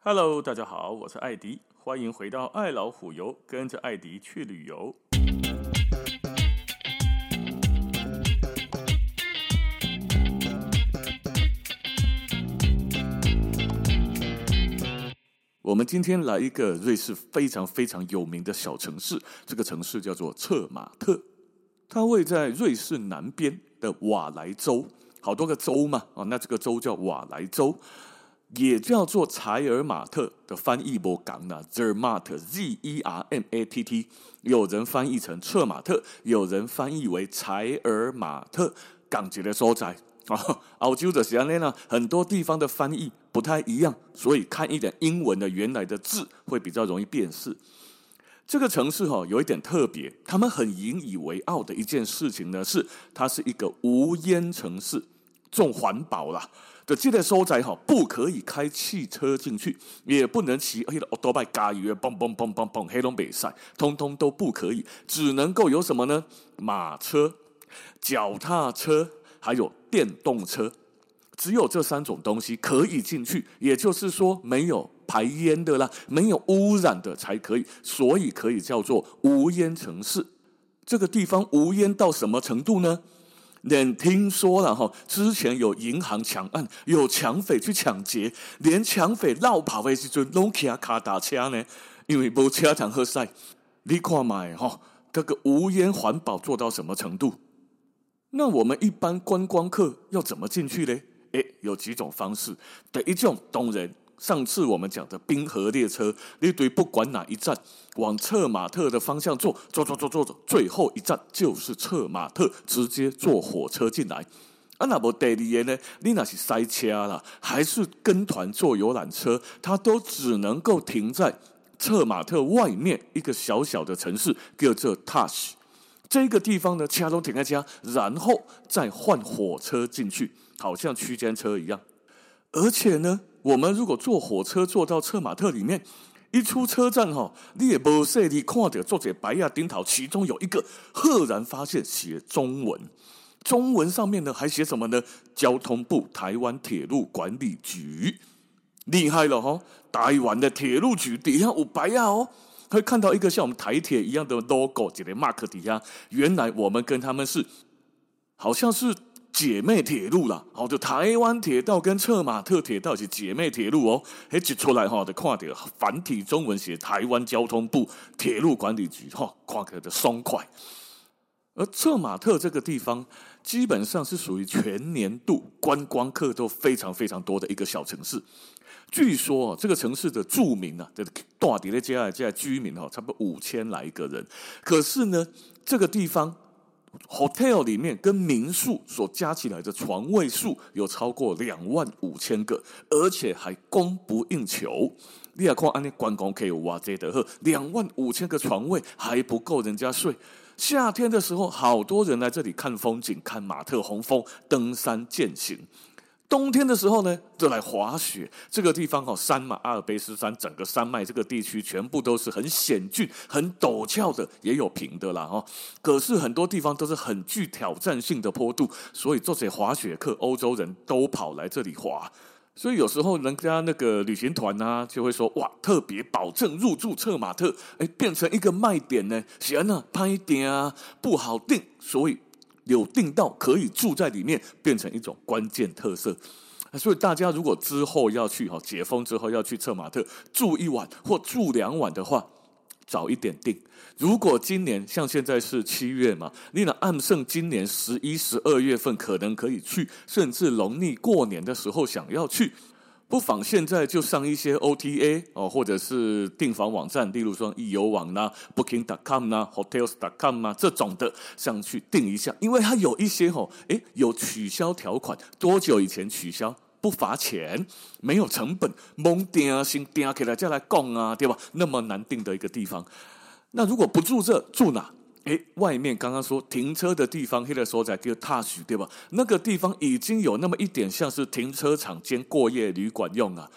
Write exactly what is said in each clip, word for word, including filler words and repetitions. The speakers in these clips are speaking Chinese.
Hello， 大家好，我是艾迪，欢迎回到爱老虎游，跟着艾迪去旅游。我们今天来一个瑞士非常非常有名的小城市，这个城市叫做策马特，它位在瑞士南边的瓦莱州，好多个州嘛，哦，那这个州叫瓦莱州。也叫做柴尔马特的翻译不同啦 Zermatt Z E R M A T T， 有人翻译成策马特，有人翻译为柴尔马特，港籍的所在。澳洲的是这样，很多地方的翻译不太一样，所以看一点英文的原来的字会比较容易辨识。这个城市有一点特别，他们很引以为傲的一件事情呢，是它是一个无烟城市，重环保啦。的这个所在不可以开汽车进去，也不能骑那个奥多拜加油，嘣嘣嘣嘣嘣，黑龙北赛，通通都不可以，只能够有什么呢？马车、脚踏车，还有电动车，只有这三种东西可以进去。也就是说，没有排烟的啦，没有污染的才可以，所以可以叫做无烟城市。这个地方无烟到什么程度呢？连听说了之前有银行抢案，有抢匪去抢劫，连抢匪绕跑的时候都骑卡达车呢，因为没车场喝赛。你看嘛，这个无烟环保做到什么程度？那我们一般观光客要怎么进去呢？诶，有几种方式。第一种，当然上次我们讲的冰河列车，你对不管哪一站往策马特的方向坐，坐坐坐坐坐，最后一站就是策马特，直接坐火车进来。啊，那么第二个呢？你那是塞车啦，还是跟团坐游览车，它都只能够停在策马特外面一个小小的城市，叫做 Tash。这个地方呢，车都停在家，然后再换火车进去，好像区间车一样。而且呢，我们如果坐火车坐到策马特里面，一出车站哈，你也不细你看到坐在白亚丁头，其中有一个赫然发现写中文，中文上面呢还写什么呢？交通部台湾铁路管理局，厉害了哈！台湾的铁路局底下有白亚哦，会看到一个像我们台铁一样的 logo， 这个 mark 底下，原来我们跟他们是好像是姐妹铁路啦，好，就台湾铁道跟策马特铁道是姐妹铁路哦。一出来哈，就看到繁体中文写台湾交通部铁路管理局，哈，看起来就爽快。而策马特这个地方，基本上是属于全年度观光客都非常非常多的一个小城市。据说这个城市的住民啊，这大底的家的家居民哈，差不多五千来个人。可是呢，这个地方hotel 里面跟民宿所加起来的床位数有超过两万五千个，而且还供不应求。你也看安尼观光客有哇这的呵，两万五千个床位还不够人家睡。夏天的时候，好多人来这里看风景、看马特洪峰、登山健行。冬天的时候呢，就来滑雪。这个地方哈，山嘛，阿尔卑斯山整个山脉这个地区全部都是很险峻、很陡峭的，也有平的啦哈。可是很多地方都是很具挑战性的坡度，所以做些滑雪客，欧洲人都跑来这里滑。所以有时候人家那个旅行团啊，就会说哇，特别保证入住策马特，哎，变成一个卖点呢。是啊，那拍点啊不好定，所以有订到可以住在里面，变成一种关键特色。所以大家如果之后要去解封之后要去策马特住一晚或住两晚的话，早一点订。如果今年像现在是七月嘛，你那暗盛今年十一、十二月份可能可以去，甚至农历过年的时候想要去，不妨现在就上一些 O T A 哦，或者是订房网站，例如说易游网啦、Booking 点 com 啦、Hotels 点 com 啊这种的，上去订一下，因为它有一些哦，诶有取消条款，多久以前取消？不罚钱，没有成本，蒙订先订起来再来讲啊，对吧？那么难订的一个地方，那如果不住这住哪？诶，外面刚刚说停车的地方，那个所在叫 Tash， 对吧？那个地方已经有那么一点像是停车场兼过夜旅馆用啊。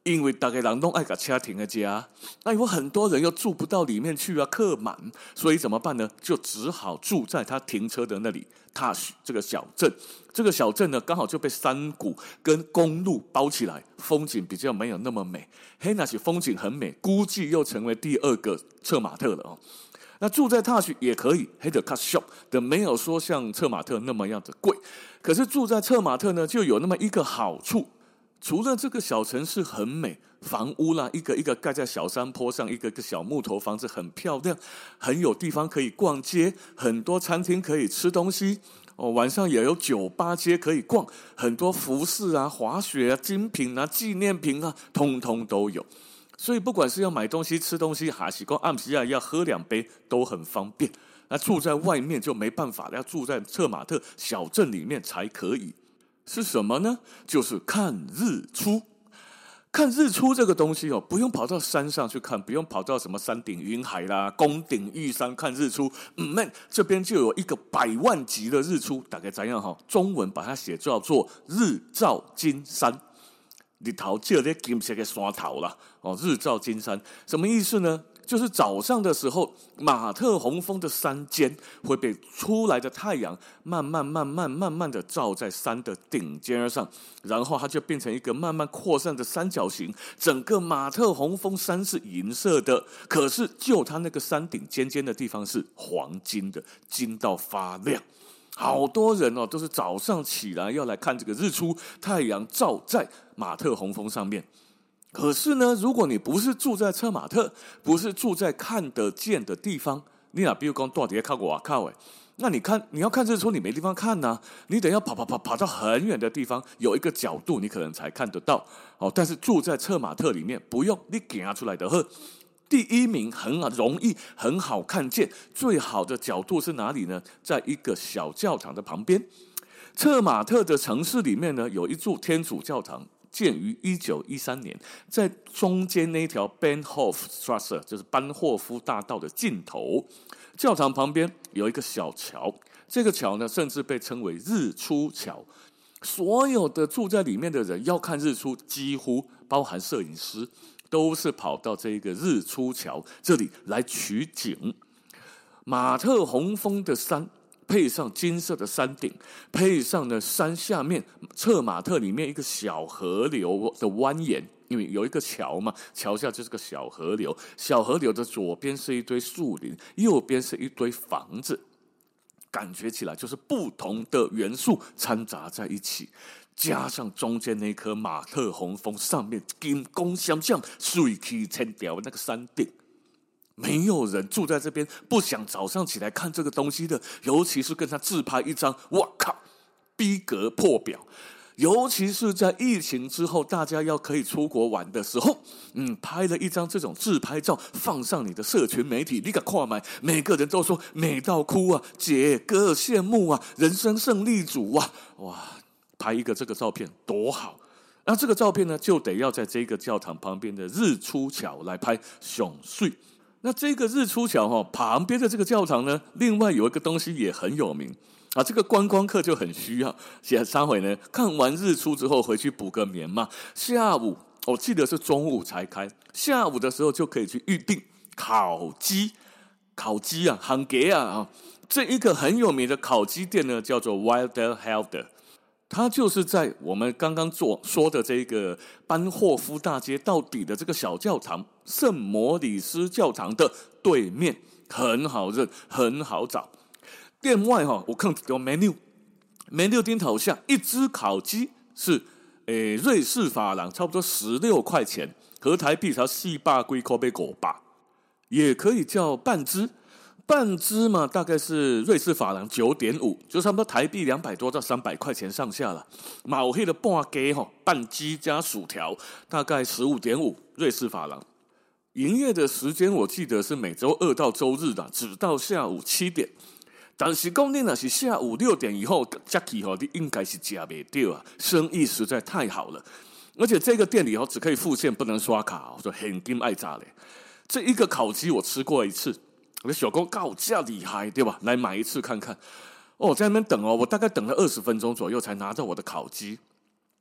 因为大家人都爱把车停在家，那有很多人又住不到里面去啊，客满，所以怎么办呢？就只好住在他停车的那里。塔许这个小镇，这个小镇呢，刚好就被山谷跟公路包起来，风景比较没有那么美。嘿，那些风景很美，估计又成为第二个策马特了哦。那住在塔许也可以，黑的卡小的没有说像策马特那么样的贵，可是住在策马特呢，就有那么一个好处。除了这个小城市很美，房屋啦，一个一个盖在小山坡上，一个一个小木头房子很漂亮，很有地方可以逛街，很多餐厅可以吃东西哦，晚上也有酒吧街可以逛，很多服饰啊、滑雪啊、精品啊、纪念品啊，通通都有。所以不管是要买东西、吃东西，还是说暗时啊要喝两杯，都很方便。那住在外面就没办法了，要住在策马特小镇里面才可以。是什么呢？就是看日出。看日出这个东西哦，不用跑到山上去看，不用跑到什么山顶云海啦、宫顶玉山看日出。嗯，这边就有一个百万级的日出，大概怎样哈？中文把它写叫做日照金山。日头照在金色的山头啦，哦，日照金山什么意思呢？就是早上的时候，马特洪峰的山尖会被出来的太阳慢慢、慢慢、慢慢的照在山的顶尖上，然后它就变成一个慢慢扩散的三角形。整个马特洪峰山是银色的，可是就它那个山顶尖尖的地方是黄金的，金到发亮。好多人哦，都是早上起来要来看这个日出，太阳照在马特洪峰上面。可是呢，如果你不是住在策马特，不是住在看得见的地方，你哪比如说住在靠外靠诶，那你看你要看日出，你没地方看啊，你得要跑跑跑跑到很远的地方，有一个角度你可能才看得到哦。但是住在策马特里面，不用你行出来的呵。第一名很容易很好看见，最好的角度是哪里呢？在一个小教堂的旁边。策马特的城市里面呢，有一座天主教堂。建于一九一三年，在中间那条 Bahnhofstrasse 就是班霍夫大道的尽头，教堂旁边有一个小桥，这个桥呢，甚至被称为日出桥。所有的住在里面的人要看日出，几乎包含摄影师，都是跑到这个日出桥这里来取景。马特洪峰的山。配上金色的山顶，配上呢山下面策马特里面一个小河流的蜿蜒，因为有一个桥嘛，桥下就是个小河流，小河流的左边是一堆树林，右边是一堆房子，感觉起来就是不同的元素掺杂在一起，加上中间那颗马特洪峰上面金光闪闪、水气千条的那个山顶。没有人住在这边不想早上起来看这个东西的，尤其是跟他自拍一张，哇靠，逼格破表。尤其是在疫情之后，大家要可以出国玩的时候，嗯，拍了一张这种自拍照，放上你的社群媒体，你敢看吗？每个人都说美到哭啊，姐哥羡慕啊，人生胜利组啊，哇，拍一个这个照片多好。那这个照片呢，就得要在这个教堂旁边的日出桥来拍，上水。那这个日出桥哈旁边的这个教堂呢，另外有一个东西也很有名啊，这个观光客就很需要。先三回呢，看完日出之后回去补个眠嘛。下午我记得是中午才开，下午的时候就可以去预定烤鸡，烤鸡啊，韩给啊，这一个很有名的烤鸡店呢，叫做 Wilder Helder。它就是在我们刚刚做说的这个班霍夫大街到底的这个小教堂圣摩里斯教堂的对面，很好认，很好找。店外哈，我看有 menu，menu 钉头下一只烤鸡是诶瑞士法郎差不多十六块钱，合台币才四百几块，被狗吧，也可以叫半只。半只嘛，大概是瑞士法郎九点五，就差不多台币两百多到三百块钱上下了。马黑的半鸡哈，半鸡加薯条，大概十五点五瑞士法郎。营业的时间我记得是每周二到周日的，只到下午七点。但是讲你若是下午六点以后再去吼，你应该是吃不到啊，生意实在太好了。而且这个店里哦，只可以付现，不能刷卡，我说现金爱炸嘞。这一个烤鸡我吃过一次。我的小公告价厉害，对吧？来买一次看看。哦，在那边等哦，我大概等了二十分钟左右才拿到我的烤鸡。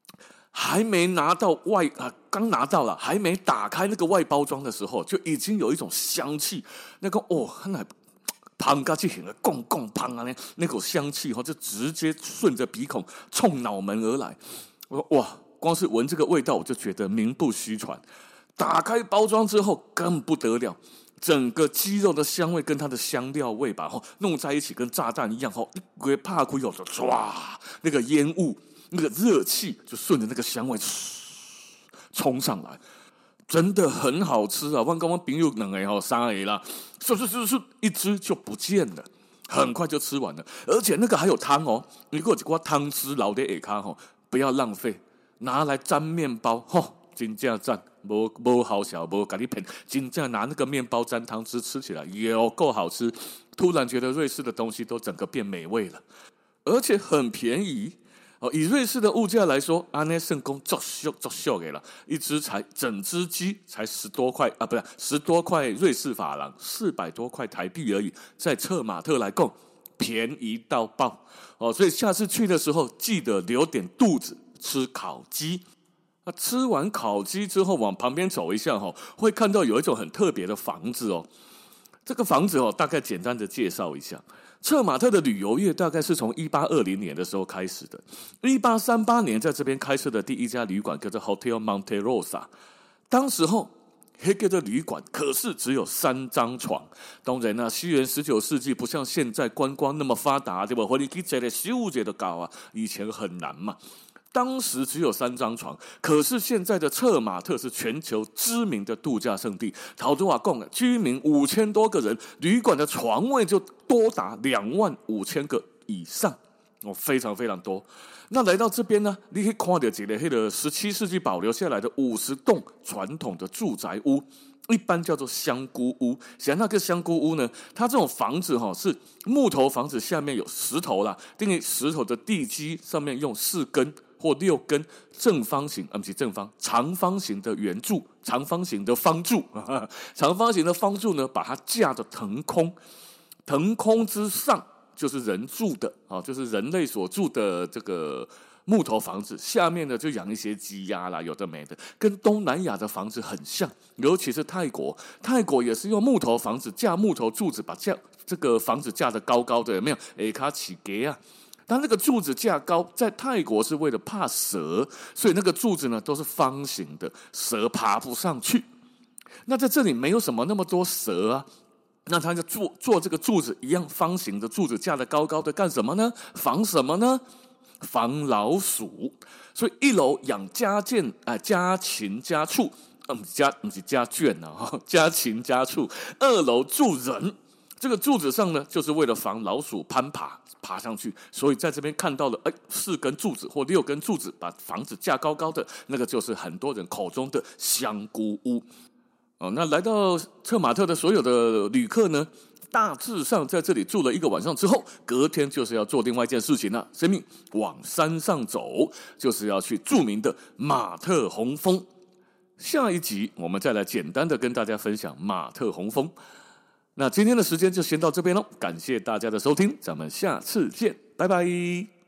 还没拿到外啊，刚拿到了，还没打开那个外包装的时候，就已经有一种香气。那个哦，那砰嘎去很了，咣咣砰啊，那那股香气哈，就直接顺着鼻孔冲脑门而来。我说哇，光是闻这个味道，我就觉得名不虚传。打开包装之后，更不得了。整个鸡肉的香味跟它的香料味吧，弄在一起，跟炸弹一样，一归怕亏有的唰，那个烟雾。那个热气就顺着那个香味冲上来，真的很好吃啊！万刚万朋友两个哈三个啦，唰唰唰唰一只就不见了，很快就吃完了。而且那个还有汤哦，你给我几块汤汁老的下卡哈，不要浪费，拿来沾面包哈，真正赞，无无好笑，无给你骗，真正拿那个面包沾汤汁吃起来有够好吃。突然觉得瑞士的东西都整个变美味了，而且很便宜。哦，以瑞士的物价来说，安内圣公作秀作秀给了，一只才整只鸡才十多块啊，不是十多块瑞士法郎，四百多块台币而已，在策马特来供，便宜到爆哦！所以下次去的时候，记得留点肚子吃烤鸡。那吃完烤鸡之后，往旁边走一下哈，会看到有一种很特别的房子哦。这个房子哦，大概简单的介绍一下。策马特的旅游业大概是从一八二零年的时候开始的。一八三八年在这边开设的第一家旅馆叫做 Hotel Monte Rosa。当时候那个的旅馆可是只有三张床。当然啊，西元十九世纪不像现在观光那么发达，对吧？或者去这里修这的高啊，以前很难嘛。当时只有三张床，可是现在的策马特是全球知名的度假胜地。陶多瓦贡居民五千多个人，旅馆的床位就多达两万五千个以上，哦，非常非常多。那来到这边呢，你可以看到几个那个十七世纪保留下来的五十栋传统的住宅屋。一般叫做香菇屋，像那个香菇屋呢，它这种房子哈是木头房子，下面有石头啦，定义石头的地基上面用四根或六根正方形，啊不是正方，长方形的圆柱，长方形的方柱，呵呵长方形的方柱呢，把它架着腾空，腾空之上就是人住的啊，就是人类所住的这个。木头房子下面呢就养一些鸡鸭啦，有的没的，跟东南亚的房子很像，尤其是泰国，泰国也是用木头房子架木头柱子，把架这个房子架得高高的，有没有？哎，卡起给啊！但那个柱子架高，在泰国是为了怕蛇，所以那个柱子呢都是方形的，蛇爬不上去。那在这里没有什么那么多蛇啊。那他就做做这个柱子一样方形的柱子架得高高的，干什么呢？防什么呢？防老鼠，所以一楼养家禽啊、呃，家禽家畜，嗯，家不是家眷呐、啊，家禽家畜。二楼住人，这个柱子上呢，就是为了防老鼠攀爬爬上去，所以在这边看到了，哎，四根柱子或六根柱子把房子架高高的，那个就是很多人口中的香菇屋。哦，那来到策马特的所有的旅客呢？大致上在这里住了一个晚上之后，隔天就是要做另外一件事情了，生命往山上走，就是要去著名的马特洪峰。下一集我们再来简单的跟大家分享马特洪峰。那今天的时间就先到这边咯，感谢大家的收听，咱们下次见，拜拜。